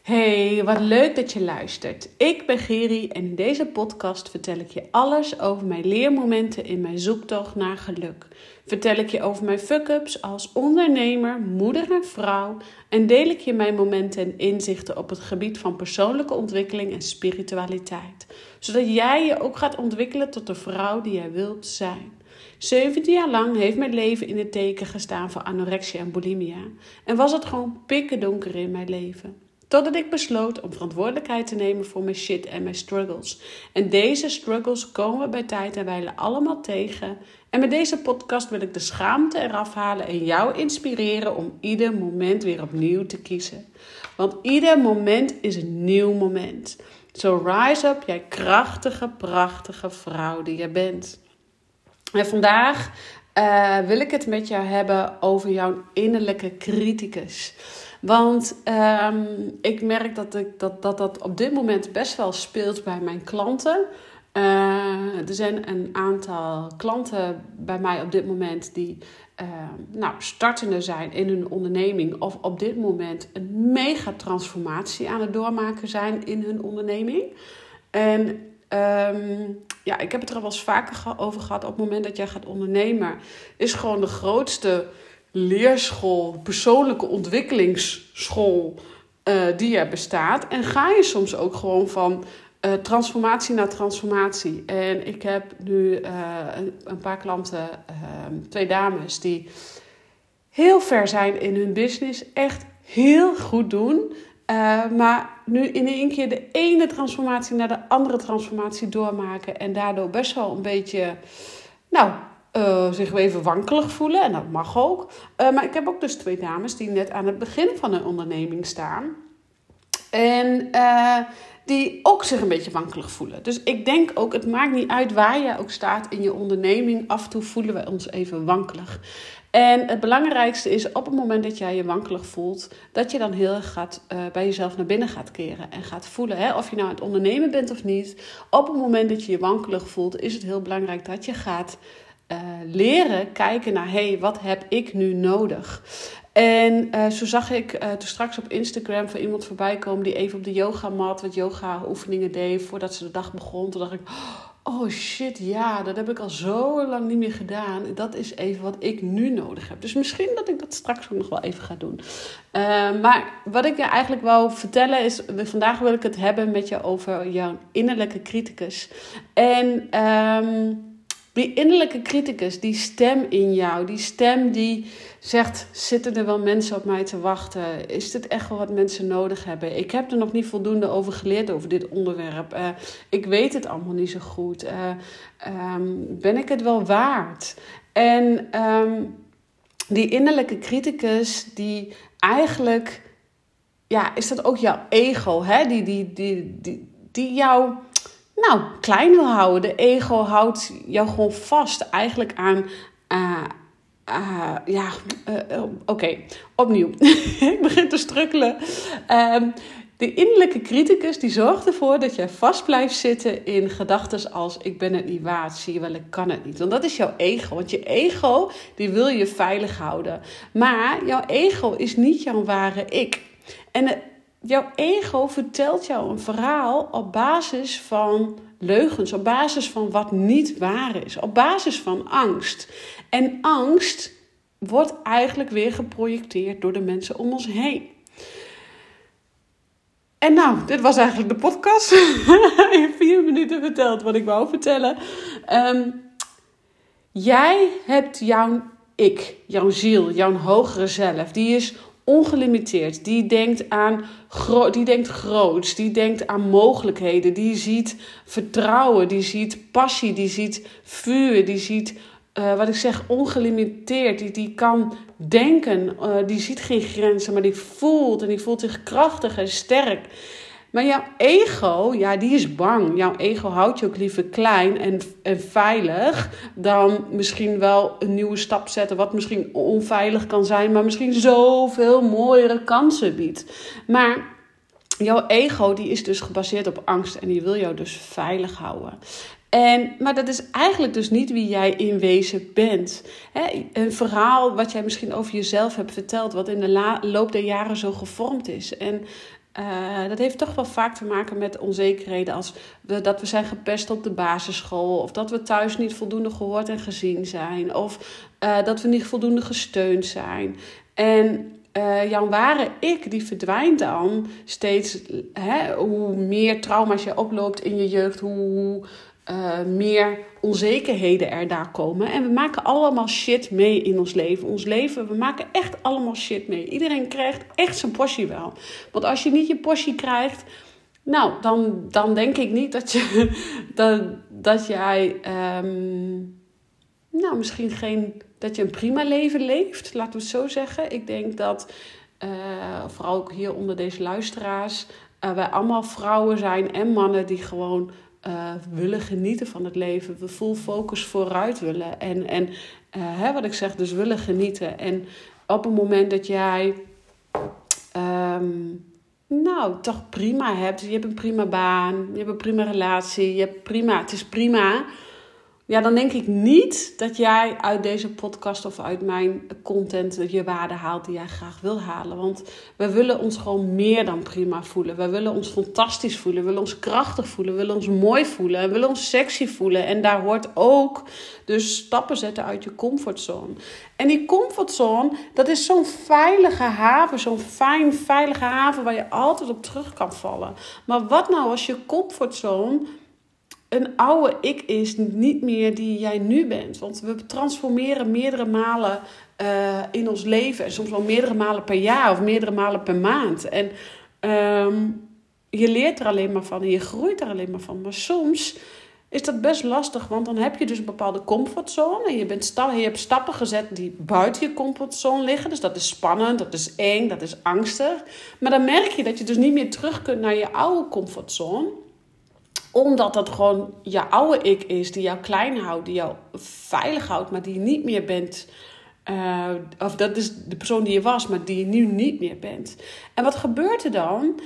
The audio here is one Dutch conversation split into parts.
Hey, wat leuk dat je luistert. Ik ben Geri en in deze podcast vertel ik je alles over mijn leermomenten in mijn zoektocht naar geluk. Vertel ik je over mijn fuck-ups als ondernemer, moeder en vrouw en deel ik je mijn momenten en inzichten op het gebied van persoonlijke ontwikkeling en spiritualiteit. Zodat jij je ook gaat ontwikkelen tot de vrouw die jij wilt zijn. 17 jaar lang heeft mijn leven in het teken gestaan van anorexia en bulimia. En was het gewoon pikkendonker in mijn leven. Totdat ik besloot om verantwoordelijkheid te nemen voor mijn shit en mijn struggles. En deze struggles komen we bij tijd en wijle allemaal tegen. En met deze podcast wil ik de schaamte eraf halen en jou inspireren om ieder moment weer opnieuw te kiezen. Want ieder moment is een nieuw moment. So rise up, jij krachtige, prachtige vrouw die je bent. En vandaag wil ik het met jou hebben over jouw innerlijke criticus. Want ik merk dat op dit moment best wel speelt bij mijn klanten. Er zijn een aantal klanten bij mij op dit moment die startende zijn in hun onderneming. Of op dit moment een mega transformatie aan het doormaken zijn in hun onderneming. En ik heb het er al wel eens vaker over gehad. Op het moment dat jij gaat ondernemen is gewoon de grootste leerschool, persoonlijke ontwikkelingsschool die er bestaat. En ga je soms ook gewoon van transformatie naar transformatie. En ik heb nu een paar klanten, 2 dames die heel ver zijn in hun business. Echt heel goed doen. Maar nu in één keer de ene transformatie naar de andere transformatie doormaken. En daardoor best wel een beetje, zich weer even wankelig voelen. En dat mag ook. Maar ik heb ook dus 2 dames die net aan het begin van hun onderneming staan. En die ook zich een beetje wankelig voelen. Dus ik denk ook, het maakt niet uit waar je ook staat in je onderneming. Af en toe voelen we ons even wankelig. En het belangrijkste is op het moment dat jij je wankelig voelt, dat je dan heel erg bij jezelf naar binnen gaat keren en gaat voelen. Hè? Of je nou aan het ondernemen bent of niet. Op het moment dat je je wankelig voelt, is het heel belangrijk dat je gaat leren kijken naar, wat heb ik nu nodig? En zo zag ik toen straks op Instagram van iemand voorbij komen die even op de yogamat wat yoga oefeningen deed voordat ze de dag begon. Toen dacht ik, oh shit, ja, dat heb ik al zo lang niet meer gedaan. Dat is even wat ik nu nodig heb. Dus misschien dat ik dat straks ook nog wel even ga doen. Maar wat ik je eigenlijk wou vertellen is, vandaag wil ik het hebben met je over jouw innerlijke criticus. En die innerlijke criticus, die stem in jou, die stem die zegt, zitten er wel mensen op mij te wachten? Is dit echt wel wat mensen nodig hebben? Ik heb er nog niet voldoende over geleerd over dit onderwerp. Ik weet het allemaal niet zo goed. Ben ik het wel waard? En die innerlijke criticus, die eigenlijk, is dat ook jouw ego, hè? Die jou klein wil houden. De ego houdt jou gewoon vast eigenlijk aan Oké, opnieuw. Ik begin te strukkelen. De innerlijke criticus die zorgt ervoor dat jij vast blijft zitten in gedachten als ik ben het niet waard, zie je wel, ik kan het niet. Want dat is jouw ego. Want je ego die wil je veilig houden. Maar jouw ego is niet jouw ware ik. En jouw ego vertelt jou een verhaal op basis van leugens, op basis van wat niet waar is, op basis van angst. En angst wordt eigenlijk weer geprojecteerd door de mensen om ons heen. En dit was eigenlijk de podcast. In 4 minuten verteld wat ik wou vertellen. Jij hebt jouw ik, jouw ziel, jouw hogere zelf. Die is ongelimiteerd. Die denkt groots. Die denkt aan mogelijkheden. Die ziet vertrouwen. Die ziet passie. Die ziet vuur. Die ziet, ongelimiteerd. Die kan denken. Die ziet geen grenzen. Maar die voelt. En die voelt zich krachtig en sterk. Maar jouw ego, die is bang. Jouw ego houdt je ook liever klein en veilig dan misschien wel een nieuwe stap zetten, wat misschien onveilig kan zijn, maar misschien zoveel mooiere kansen biedt. Maar jouw ego die is dus gebaseerd op angst en die wil jou dus veilig houden. Maar dat is eigenlijk dus niet wie jij in wezen bent. Een verhaal wat jij misschien over jezelf hebt verteld, wat in de loop der jaren zo gevormd is. En Dat heeft toch wel vaak te maken met onzekerheden als dat we zijn gepest op de basisschool. Of dat we thuis niet voldoende gehoord en gezien zijn. Of dat we niet voldoende gesteund zijn. En jouw ware ik die verdwijnt dan steeds. Hoe meer trauma's je oploopt in je jeugd, hoe meer onzekerheden er daar komen. En we maken allemaal shit mee in ons leven. Ons leven, we maken echt allemaal shit mee. Iedereen krijgt echt zijn portie wel. Want als je niet je portie krijgt, nou, dan denk ik niet dat jij misschien dat je een prima leven leeft. Laten we het zo zeggen. Ik denk dat, vooral ook hier onder deze luisteraars, wij allemaal vrouwen zijn en mannen die gewoon willen genieten van het leven. We full focus vooruit willen. En wat ik zeg, dus willen genieten. En op het moment dat jij toch prima hebt. Je hebt een prima baan. Je hebt een prima relatie. Het is prima. Ja, dan denk ik niet dat jij uit deze podcast of uit mijn content je waarde haalt die jij graag wil halen. Want we willen ons gewoon meer dan prima voelen. We willen ons fantastisch voelen. We willen ons krachtig voelen. We willen ons mooi voelen. We willen ons sexy voelen. En daar hoort ook dus stappen zetten uit je comfortzone. En die comfortzone, dat is zo'n veilige haven. Zo'n veilige haven waar je altijd op terug kan vallen. Maar wat nou als je comfortzone een oude ik is, niet meer die jij nu bent. Want we transformeren meerdere malen in ons leven. En soms wel meerdere malen per jaar of meerdere malen per maand. En je leert er alleen maar van en je groeit er alleen maar van. Maar soms is dat best lastig. Want dan heb je dus een bepaalde comfortzone. En je hebt stappen gezet die buiten je comfortzone liggen. Dus dat is spannend, dat is eng, dat is angstig. Maar dan merk je dat je dus niet meer terug kunt naar je oude comfortzone. Omdat dat gewoon je oude ik is, die jou klein houdt, die jou veilig houdt, maar die je niet meer bent. Of dat is de persoon die je was, maar die je nu niet meer bent. En wat gebeurt er dan?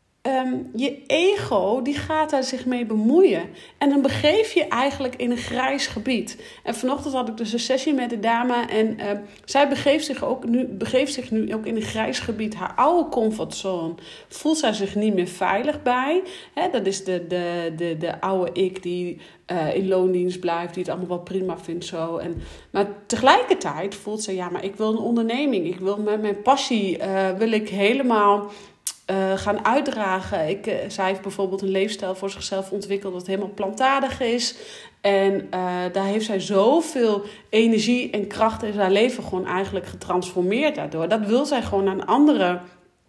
Je ego, die gaat daar zich mee bemoeien. En dan begeef je eigenlijk in een grijs gebied. En vanochtend had ik dus een sessie met de dame. En zij begeeft zich nu ook in een grijs gebied. Haar oude comfortzone voelt zij zich niet meer veilig bij. Dat is de oude ik die in loondienst blijft. Die het allemaal wel prima vindt zo. Maar tegelijkertijd voelt ze, ja, maar ik wil een onderneming. Ik wil met mijn passie, wil ik helemaal gaan uitdragen. Zij heeft bijvoorbeeld een leefstijl voor zichzelf ontwikkeld dat helemaal plantaardig is. En daar heeft zij zoveel energie en kracht in haar leven gewoon eigenlijk getransformeerd daardoor. Dat wil zij gewoon aan anderen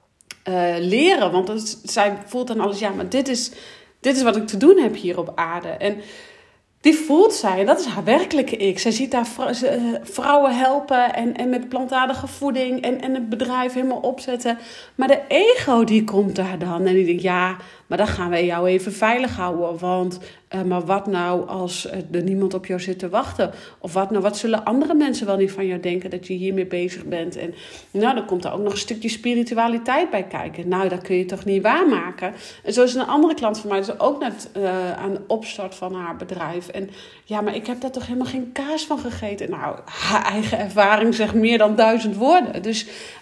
leren. Want zij voelt dan alles, ja, maar dit is wat ik te doen heb hier op aarde. En die voelt zij, dat is haar werkelijke ik. Zij ziet daar vrouwen helpen en met plantaardige voeding en het bedrijf helemaal opzetten. Maar de ego die komt daar dan en die denkt, ja, maar dan gaan wij jou even veilig houden. Want, maar wat nou als er niemand op jou zit te wachten? Of wat zullen andere mensen wel niet van jou denken dat je hiermee bezig bent? En nou, dan komt er ook nog een stukje spiritualiteit bij kijken. Nou, dat kun je toch niet waarmaken? En zo is een andere klant van mij, dus ook net aan de opstart van haar bedrijf. En ja, maar ik heb daar toch helemaal geen kaas van gegeten? Nou, haar eigen ervaring zegt meer dan 1000 woorden. Dus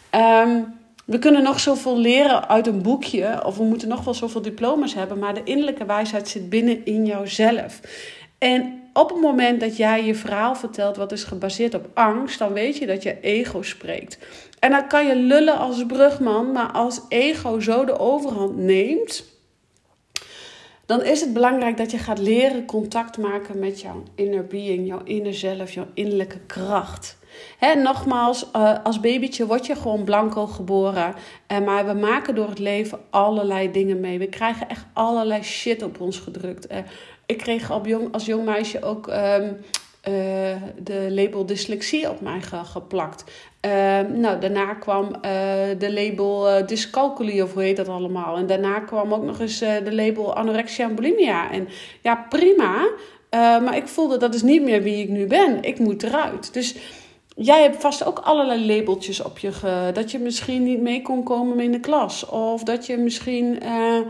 we kunnen nog zoveel leren uit een boekje. Of we moeten nog wel zoveel diploma's hebben. Maar de innerlijke wijsheid zit binnen in jouzelf. En op het moment dat jij je verhaal vertelt wat is gebaseerd op angst, dan weet je dat je ego spreekt. En dan kan je lullen als brugman. Maar als ego zo de overhand neemt, dan is het belangrijk dat je gaat leren contact maken met jouw inner being, jouw inner zelf, jouw innerlijke kracht. Nogmaals, als babytje word je gewoon blanco geboren. Maar we maken door het leven allerlei dingen mee. We krijgen echt allerlei shit op ons gedrukt. Ik kreeg als jong meisje ook de label dyslexie op mij geplakt. Daarna kwam de label dyscalculie, of hoe heet dat allemaal. En daarna kwam ook nog eens de label anorexia en bulimia. En ja, prima. Maar ik voelde, dat is niet meer wie ik nu ben. Ik moet eruit. Dus jij hebt vast ook allerlei labeltjes op je. Dat je misschien niet mee kon komen in de klas. Of dat je misschien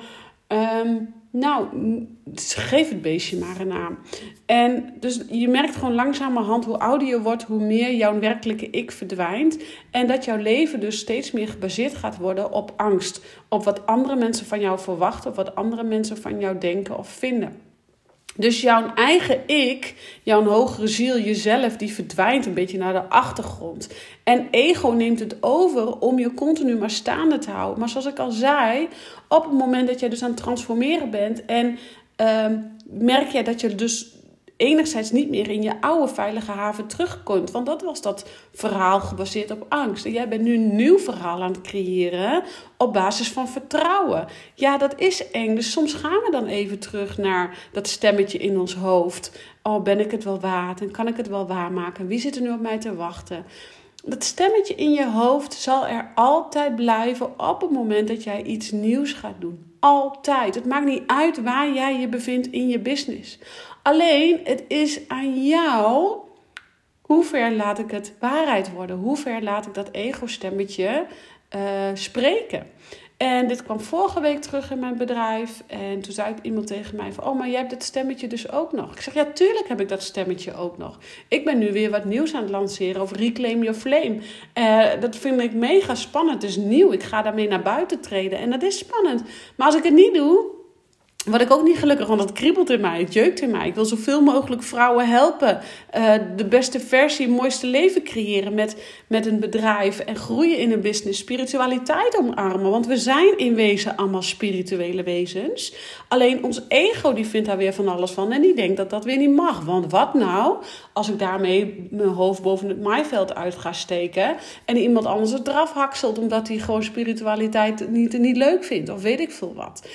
Geef het beestje maar een naam. En dus je merkt gewoon langzamerhand hoe ouder je wordt, hoe meer jouw werkelijke ik verdwijnt. En dat jouw leven dus steeds meer gebaseerd gaat worden op angst. Op wat andere mensen van jou verwachten, of wat andere mensen van jou denken of vinden. Dus jouw eigen ik, jouw hogere ziel, jezelf, die verdwijnt een beetje naar de achtergrond. En ego neemt het over om je continu maar staande te houden. Maar zoals ik al zei, op het moment dat jij dus aan het transformeren bent en merk jij dat je dus enigszins niet meer in je oude veilige haven terugkomt. Want dat was dat verhaal gebaseerd op angst. En jij bent nu een nieuw verhaal aan het creëren op basis van vertrouwen. Ja, dat is eng. Dus soms gaan we dan even terug naar dat stemmetje in ons hoofd. Oh, ben ik het wel waard? En kan ik het wel waarmaken? Wie zit er nu op mij te wachten? Dat stemmetje in je hoofd zal er altijd blijven op het moment dat jij iets nieuws gaat doen. Altijd. Het maakt niet uit waar jij je bevindt in je business. Alleen, het is aan jou, hoe ver laat ik het waarheid worden? Hoe ver laat ik dat ego-stemmetje spreken? En dit kwam vorige week terug in mijn bedrijf. En toen zei iemand tegen mij van, oh, maar jij hebt dat stemmetje dus ook nog. Ik zeg, ja, tuurlijk heb ik dat stemmetje ook nog. Ik ben nu weer wat nieuws aan het lanceren over Reclaim Your Flame. Dat vind ik mega spannend. Het is nieuw. Ik ga daarmee naar buiten treden. En dat is spannend. Maar als ik het niet doe, word ik ook niet gelukkig, want het kriebelt in mij, het jeukt in mij. Ik wil zoveel mogelijk vrouwen helpen. De beste versie, het mooiste leven creëren met een bedrijf en groeien in een business. Spiritualiteit omarmen, want we zijn in wezen allemaal spirituele wezens. Alleen ons ego die vindt daar weer van alles van en die denkt dat dat weer niet mag. Want wat nou als ik daarmee mijn hoofd boven het maaiveld uit ga steken en iemand anders het eraf hakselt omdat hij gewoon spiritualiteit niet leuk vindt of weet ik veel wat.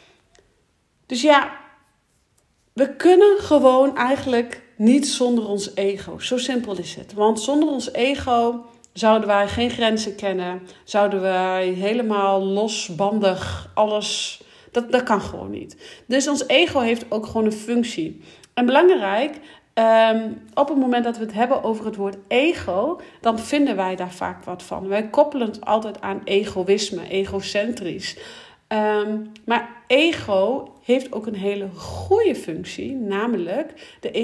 Dus ja, we kunnen gewoon eigenlijk niet zonder ons ego. Zo simpel is het. Want zonder ons ego zouden wij geen grenzen kennen. Zouden wij helemaal losbandig alles. Dat kan gewoon niet. Dus ons ego heeft ook gewoon een functie. En belangrijk, op het moment dat we het hebben over het woord ego, dan vinden wij daar vaak wat van. Wij koppelen het altijd aan egoïsme, egocentrisch. Maar ego heeft ook een hele goede functie, namelijk de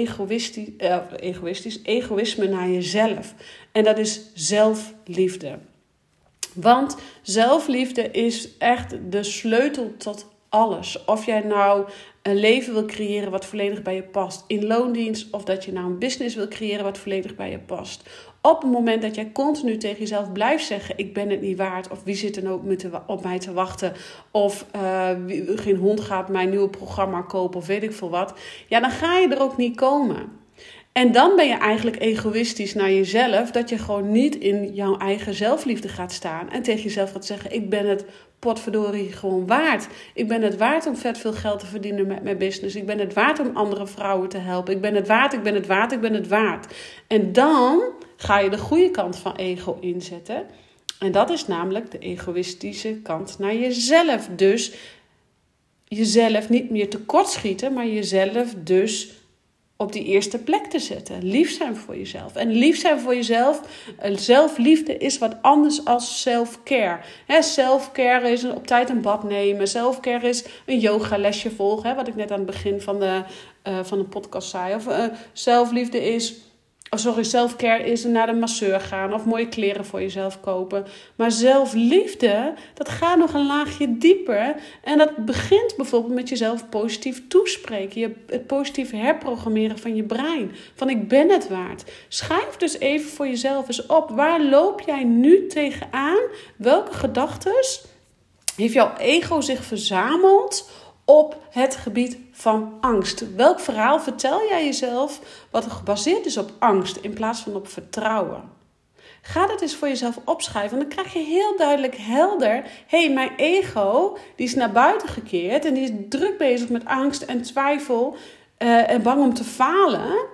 egoïsme naar jezelf. En dat is zelfliefde. Want zelfliefde is echt de sleutel tot alles. Of jij nou een leven wil creëren wat volledig bij je past in loondienst, of dat je nou een business wil creëren wat volledig bij je past. Op het moment dat jij continu tegen jezelf blijft zeggen, ik ben het niet waard, of wie zit er nou op mij te wachten, of geen hond gaat mijn nieuwe programma kopen, of weet ik veel wat, ja, dan ga je er ook niet komen. En dan ben je eigenlijk egoïstisch naar jezelf, dat je gewoon niet in jouw eigen zelfliefde gaat staan en tegen jezelf gaat zeggen, ik ben het potverdorie gewoon waard. Ik ben het waard om vet veel geld te verdienen met mijn business. Ik ben het waard om andere vrouwen te helpen. Ik ben het waard, ik ben het waard, ik ben het waard. En dan ga je de goede kant van ego inzetten. En dat is namelijk de egoïstische kant naar jezelf. Dus jezelf niet meer tekortschieten, maar jezelf dus op die eerste plek te zetten. Lief zijn voor jezelf. En lief zijn voor jezelf, zelfliefde is wat anders als self-care. Self-care is op tijd een bad nemen. Self-care is een yogalesje volgen. Wat ik net aan het begin van de podcast zei. Of zelfliefde is... self-care is naar de masseur gaan of mooie kleren voor jezelf kopen. Maar zelfliefde, dat gaat nog een laagje dieper. En dat begint bijvoorbeeld met jezelf positief toespreken. Het positief herprogrammeren van je brein. Van ik ben het waard. Schrijf dus even voor jezelf eens op. Waar loop jij nu tegenaan? Welke gedachtes heeft jouw ego zich verzameld op het gebied van angst? Welk verhaal vertel jij jezelf wat gebaseerd is op angst in plaats van op vertrouwen? Ga dat eens voor jezelf opschrijven. En dan krijg je heel duidelijk helder. Mijn ego die is naar buiten gekeerd. En die is druk bezig met angst en twijfel. En bang om te falen.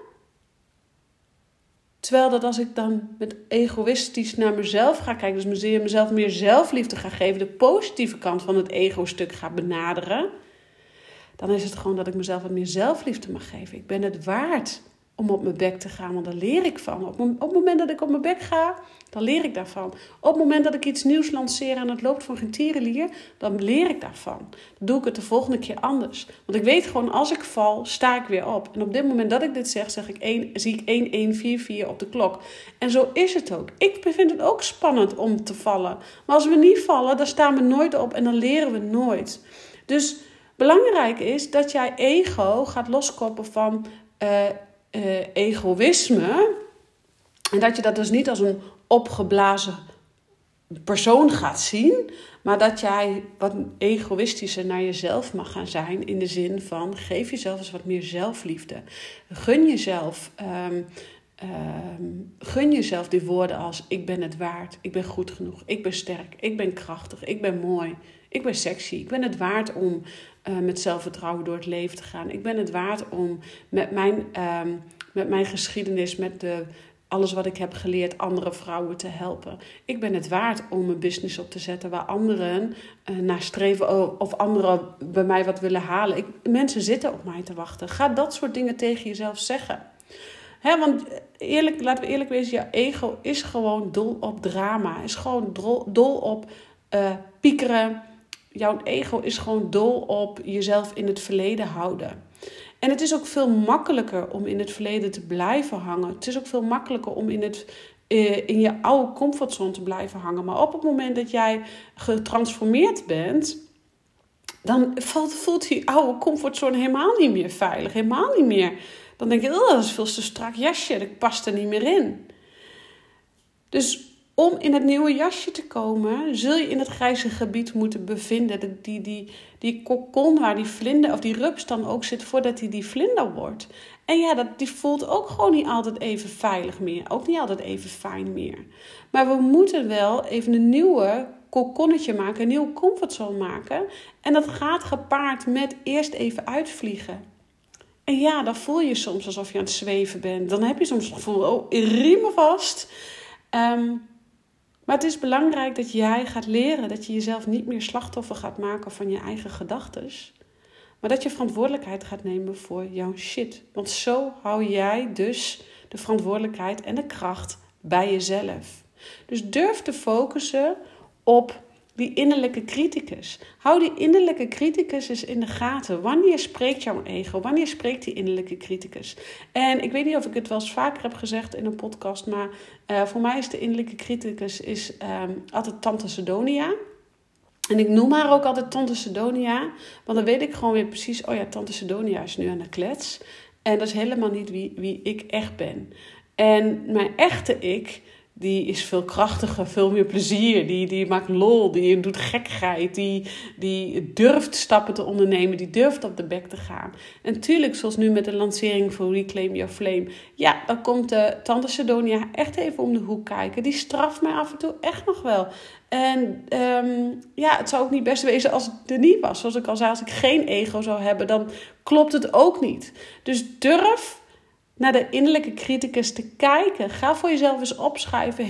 Terwijl dat als ik dan met egoïstisch naar mezelf ga kijken. Dus mezelf meer zelfliefde ga geven. De positieve kant van het ego-stuk ga benaderen. Dan is het gewoon dat ik mezelf wat meer zelfliefde mag geven. Ik ben het waard om op mijn bek te gaan, want daar leer ik van. Op het moment dat ik op mijn bek ga, dan leer ik daarvan. Op het moment dat ik iets nieuws lanceer en het loopt voor geen tierenlier, dan leer ik daarvan. Dan doe ik het de volgende keer anders. Want ik weet gewoon, als ik val, sta ik weer op. En op dit moment dat ik dit zeg, zie ik 1144 op de klok. En zo is het ook. Ik vind het ook spannend om te vallen. Maar als we niet vallen, dan staan we nooit op en dan leren we nooit. Dus belangrijk is dat jij ego gaat loskoppelen van egoïsme. En dat je dat dus niet als een opgeblazen persoon gaat zien. Maar dat jij wat egoïstischer naar jezelf mag gaan zijn. In de zin van, geef jezelf eens wat meer zelfliefde. Gun jezelf die woorden als, ik ben het waard. Ik ben goed genoeg. Ik ben sterk. Ik ben krachtig. Ik ben mooi. Ik ben sexy. Ik ben het waard om met zelfvertrouwen door het leven te gaan. Ik ben het waard om met mijn geschiedenis, met alles wat ik heb geleerd, andere vrouwen te helpen. Ik ben het waard om een business op te zetten waar anderen naar streven of anderen bij mij wat willen halen. Mensen zitten op mij te wachten. Ga dat soort dingen tegen jezelf zeggen. Want laten we eerlijk wezen, je ego is gewoon dol op drama. Is gewoon dol op piekeren. Jouw ego is gewoon dol op jezelf in het verleden houden. En het is ook veel makkelijker om in het verleden te blijven hangen. Het is ook veel makkelijker om in je oude comfortzone te blijven hangen. Maar op het moment dat jij getransformeerd bent, dan voelt die oude comfortzone helemaal niet meer veilig. Helemaal niet meer. Dan denk je, dat is veel te strak jasje, dat past er niet meer in. Dus om in het nieuwe jasje te komen, zul je in het grijze gebied moeten bevinden. Die kokon waar die vlinder of die rups dan ook zit voordat hij die vlinder wordt. En ja, die voelt ook gewoon niet altijd even veilig meer. Ook niet altijd even fijn meer. Maar we moeten wel even een nieuwe kokonnetje maken, een nieuwe comfortzone maken. En dat gaat gepaard met eerst even uitvliegen. En ja, dan voel je soms alsof je aan het zweven bent. Dan heb je soms het gevoel, riem me vast. Maar het is belangrijk dat jij gaat leren dat je jezelf niet meer slachtoffer gaat maken van je eigen gedachten. Maar dat je verantwoordelijkheid gaat nemen voor jouw shit. Want zo hou jij dus de verantwoordelijkheid en de kracht bij jezelf. Dus durf te focussen op die innerlijke criticus. Hou die innerlijke criticus eens in de gaten. Wanneer spreekt jouw ego? Wanneer spreekt die innerlijke criticus? En ik weet niet of ik het wel eens vaker heb gezegd in een podcast, maar voor mij is de innerlijke criticus altijd Tante Sidonia. En ik noem haar ook altijd Tante Sidonia, want dan weet ik gewoon weer precies, Tante Sidonia is nu aan de klets. En dat is helemaal niet wie ik echt ben. En mijn echte ik, die is veel krachtiger, veel meer plezier. Die maakt lol, die doet gekkigheid. Die durft stappen te ondernemen. Die durft op de bek te gaan. En natuurlijk, zoals nu met de lancering van Reclaim Your Flame. Ja, dan komt de Tante Sidonia echt even om de hoek kijken. Die straft mij af en toe echt nog wel. En het zou ook niet best wezen als het er niet was. Zoals ik al zei, als ik geen ego zou hebben, dan klopt het ook niet. Dus durf naar de innerlijke criticus te kijken. Ga voor jezelf eens opschrijven.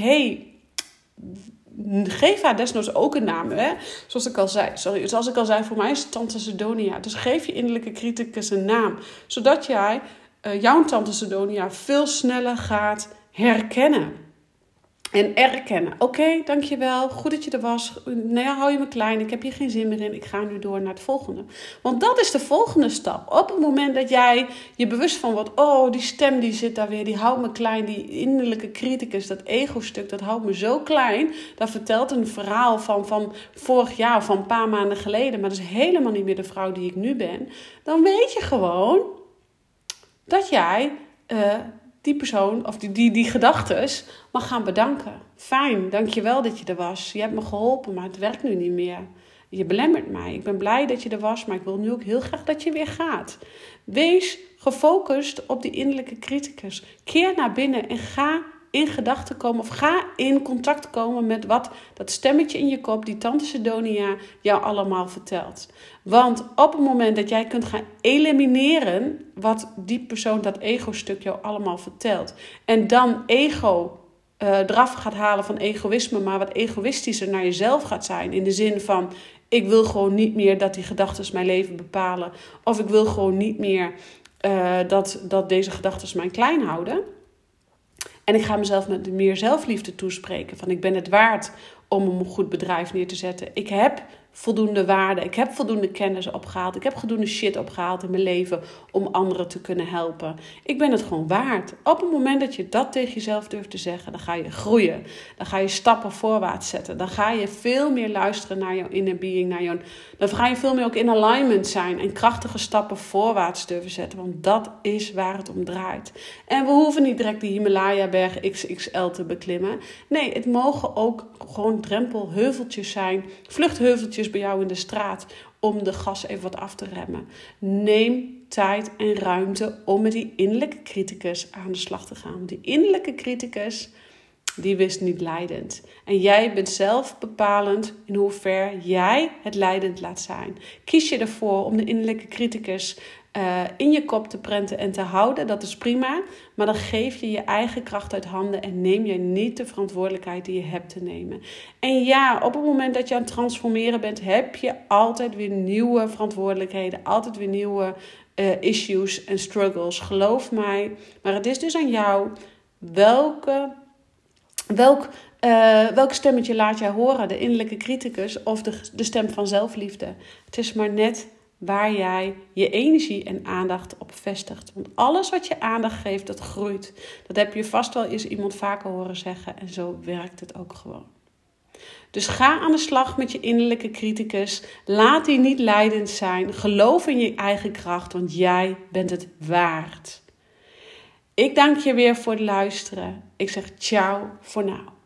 Geef haar desnoods ook een naam. Hè? Zoals ik al zei, voor mij is Tante Sidonia. Dus geef je innerlijke criticus een naam. Zodat jij jouw Tante Sidonia veel sneller gaat herkennen. En erkennen. Oké, dankjewel. Goed dat je er was. Nee, hou je me klein. Ik heb hier geen zin meer in. Ik ga nu door naar het volgende. Want dat is de volgende stap. Op het moment dat jij je bewust van wordt. Die stem die zit daar weer. Die houdt me klein. Die innerlijke criticus. Dat ego-stuk. Dat houdt me zo klein. Dat vertelt een verhaal van vorig jaar. Of van een paar maanden geleden. Maar dat is helemaal niet meer de vrouw die ik nu ben. Dan weet je gewoon dat jij die persoon of die gedachtes mag gaan bedanken. Fijn, dankjewel dat je er was. Je hebt me geholpen, maar het werkt nu niet meer. Je belemmert mij. Ik ben blij dat je er was, maar ik wil nu ook heel graag dat je weer gaat. Wees gefocust op die innerlijke criticus. Keer naar binnen en ga in gedachten komen of ga in contact komen met wat dat stemmetje in je kop, die Tante Sidonia, jou allemaal vertelt. Want op het moment dat jij kunt gaan elimineren wat die persoon, dat ego-stuk jou allemaal vertelt, en dan ego eraf gaat halen van egoïsme, maar wat egoïstischer naar jezelf gaat zijn, in de zin van, ik wil gewoon niet meer dat die gedachten mijn leven bepalen, of ik wil gewoon niet meer dat deze gedachten mij klein houden. En ik ga mezelf met meer zelfliefde toespreken. Van ik ben het waard om een goed bedrijf neer te zetten. Ik heb voldoende waarde. Ik heb voldoende kennis opgehaald. Ik heb voldoende shit opgehaald in mijn leven om anderen te kunnen helpen. Ik ben het gewoon waard. Op het moment dat je dat tegen jezelf durft te zeggen, dan ga je groeien. Dan ga je stappen voorwaarts zetten. Dan ga je veel meer luisteren naar jouw inner being. Dan ga je veel meer ook in alignment zijn en krachtige stappen voorwaarts durven zetten. Want dat is waar het om draait. En we hoeven niet direct de Himalaya-berg XXL te beklimmen. Nee, het mogen ook gewoon drempelheuveltjes zijn. Vluchtheuveltjes bij jou in de straat om de gas even wat af te remmen. Neem tijd en ruimte om met die innerlijke criticus aan de slag te gaan. Die innerlijke criticus, die wist niet leidend. En jij bent zelf bepalend in hoever jij het leidend laat zijn. Kies je ervoor om de innerlijke criticus in je kop te prenten en te houden, dat is prima. Maar dan geef je je eigen kracht uit handen en neem je niet de verantwoordelijkheid die je hebt te nemen. En ja, op het moment dat je aan het transformeren bent, heb je altijd weer nieuwe verantwoordelijkheden, altijd weer nieuwe issues en struggles. Geloof mij. Maar het is dus aan jou welk stemmetje laat jij horen? De innerlijke criticus of de stem van zelfliefde? Het is maar net waar jij je energie en aandacht op vestigt. Want alles wat je aandacht geeft, dat groeit. Dat heb je vast wel eens iemand vaker horen zeggen. En zo werkt het ook gewoon. Dus ga aan de slag met je innerlijke criticus. Laat die niet leidend zijn. Geloof in je eigen kracht, want jij bent het waard. Ik dank je weer voor het luisteren. Ik zeg ciao voor nu.